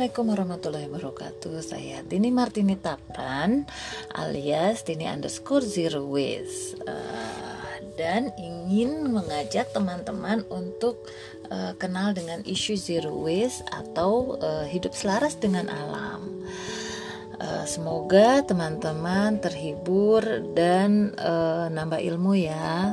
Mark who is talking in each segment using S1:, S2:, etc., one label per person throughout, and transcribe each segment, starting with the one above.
S1: Assalamualaikum warahmatullahi wabarakatuh. Saya Tini Martini Tapran alias Tini_Zero Waste, dan ingin mengajak teman-teman untuk kenal dengan isu zero waste atau hidup selaras dengan alam. Semoga teman-teman terhibur dan nambah ilmu ya.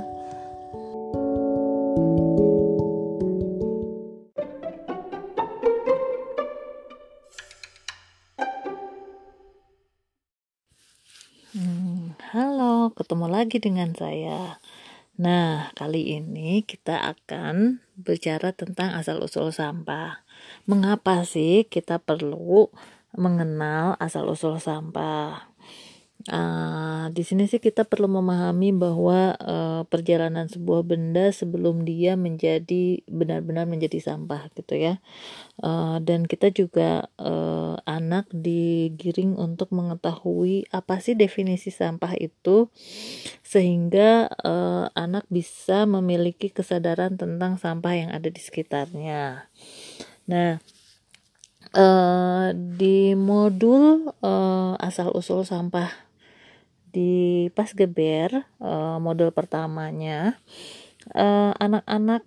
S1: Halo, ketemu lagi dengan saya. Nah, kali ini kita akan bicara tentang asal-usul sampah. Mengapa sih kita perlu mengenal asal-usul sampah? Di sini sih kita perlu memahami bahwa perjalanan sebuah benda sebelum dia benar-benar menjadi sampah gitu ya. Dan kita juga anak digiring untuk mengetahui apa sih definisi sampah itu, sehingga anak bisa memiliki kesadaran tentang sampah yang ada di sekitarnya. Nah, di modul asal-usul sampah di Pasgeber, modul pertamanya, anak-anak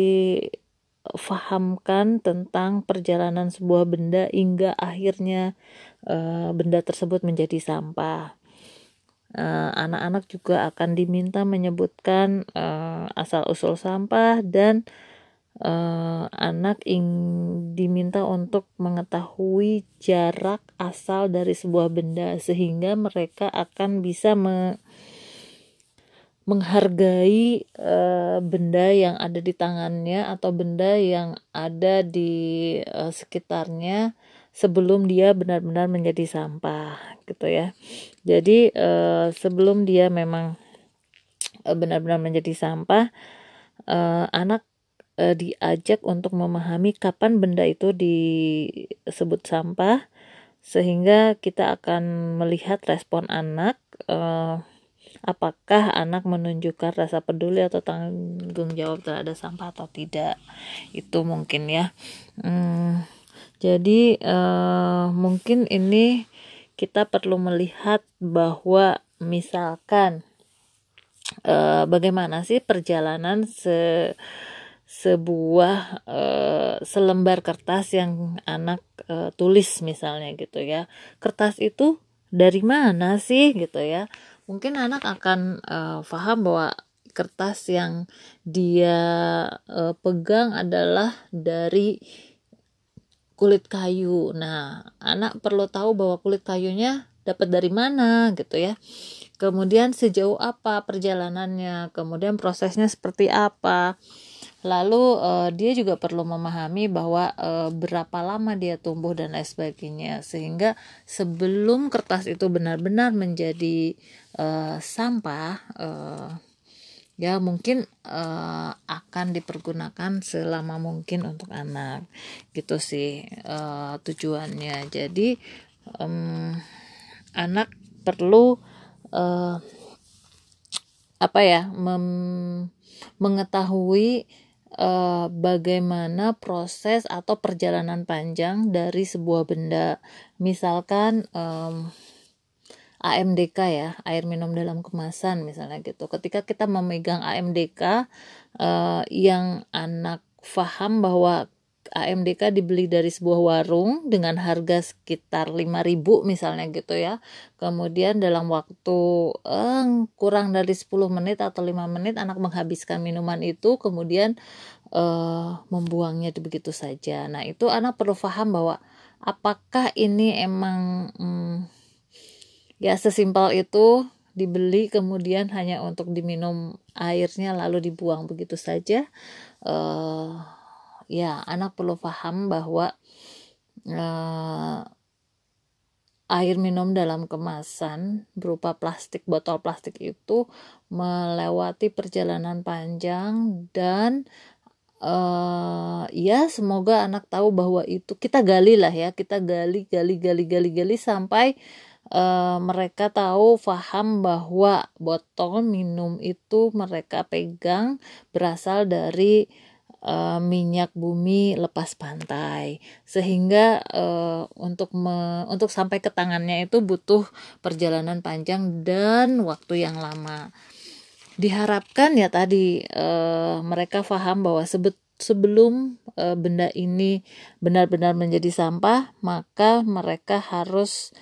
S1: difahamkan tentang perjalanan sebuah benda hingga akhirnya benda tersebut menjadi sampah. Anak-anak juga akan diminta menyebutkan asal-usul sampah, dan anak diminta untuk mengetahui jarak asal dari sebuah benda, sehingga mereka akan bisa menghargai benda yang ada di tangannya atau benda yang ada di sekitarnya sebelum dia benar-benar menjadi sampah gitu ya. Jadi sebelum dia memang benar-benar menjadi sampah, anak diajak untuk memahami kapan benda itu disebut sampah, sehingga kita akan melihat respon anak, apakah anak menunjukkan rasa peduli atau tanggung jawab terhadap sampah atau tidak. Itu mungkin ya. Jadi mungkin ini kita perlu melihat bahwa misalkan bagaimana sih perjalanan sebuah selembar kertas yang anak tulis misalnya gitu ya. Kertas itu dari mana sih gitu ya. Mungkin anak akan paham bahwa kertas yang dia pegang adalah dari kulit kayu. Nah, anak perlu tahu bahwa kulit kayunya dapat dari mana gitu ya. Kemudian sejauh apa perjalanannya, kemudian prosesnya seperti apa. Lalu dia juga perlu memahami bahwa berapa lama dia tumbuh dan lain sebagainya, sehingga sebelum kertas itu benar-benar menjadi sampah, ya mungkin akan dipergunakan selama mungkin untuk anak gitu sih tujuannya. Jadi anak perlu mengetahui bagaimana proses atau perjalanan panjang dari sebuah benda. Misalkan AMDK ya, air minum dalam kemasan misalnya gitu. Ketika kita memegang AMDK, yang anak paham bahwa AMDK dibeli dari sebuah warung dengan harga sekitar 5.000 misalnya gitu ya. Kemudian dalam waktu kurang dari 10 menit atau 5 menit anak menghabiskan minuman itu, kemudian membuangnya begitu saja. Nah, itu anak perlu paham bahwa apakah ini emang ya sesimpel itu dibeli kemudian hanya untuk diminum airnya lalu dibuang begitu saja. Ya, anak perlu paham bahwa air minum dalam kemasan berupa plastik, botol plastik itu melewati perjalanan panjang, dan ya semoga anak tahu bahwa itu kita gali sampai mereka paham bahwa botol minum itu mereka pegang berasal dari minyak bumi lepas pantai, sehingga untuk sampai ke tangannya itu butuh perjalanan panjang dan waktu yang lama. Diharapkan ya tadi mereka paham bahwa sebelum benda ini benar-benar menjadi sampah, maka mereka harus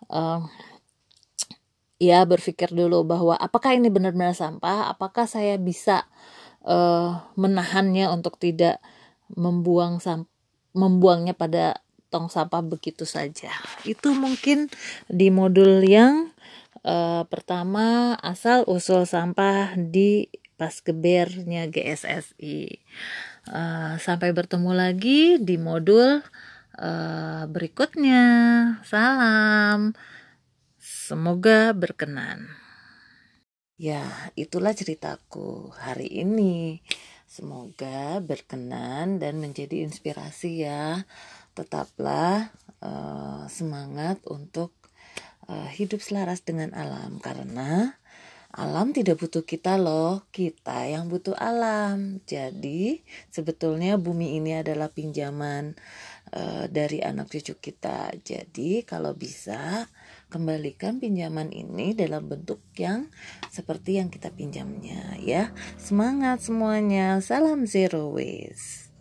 S1: ya berpikir dulu bahwa apakah ini benar-benar sampah, apakah saya bisa menahannya untuk tidak membuangnya pada tong sampah begitu saja. Itu mungkin di modul yang pertama, asal usul sampah di Paskebernya GSSI. Sampai bertemu lagi di modul berikutnya. Salam, semoga berkenan. Ya, itulah ceritaku hari ini. Semoga berkenan dan menjadi inspirasi ya. Tetaplah semangat untuk hidup selaras dengan alam, karena alam tidak butuh kita loh, kita yang butuh alam. Jadi sebetulnya bumi ini adalah pinjaman dari anak cucu kita. Jadi kalau bisa kembalikan pinjaman ini dalam bentuk yang seperti yang kita pinjamnya ya. Semangat semuanya, salam zero waste.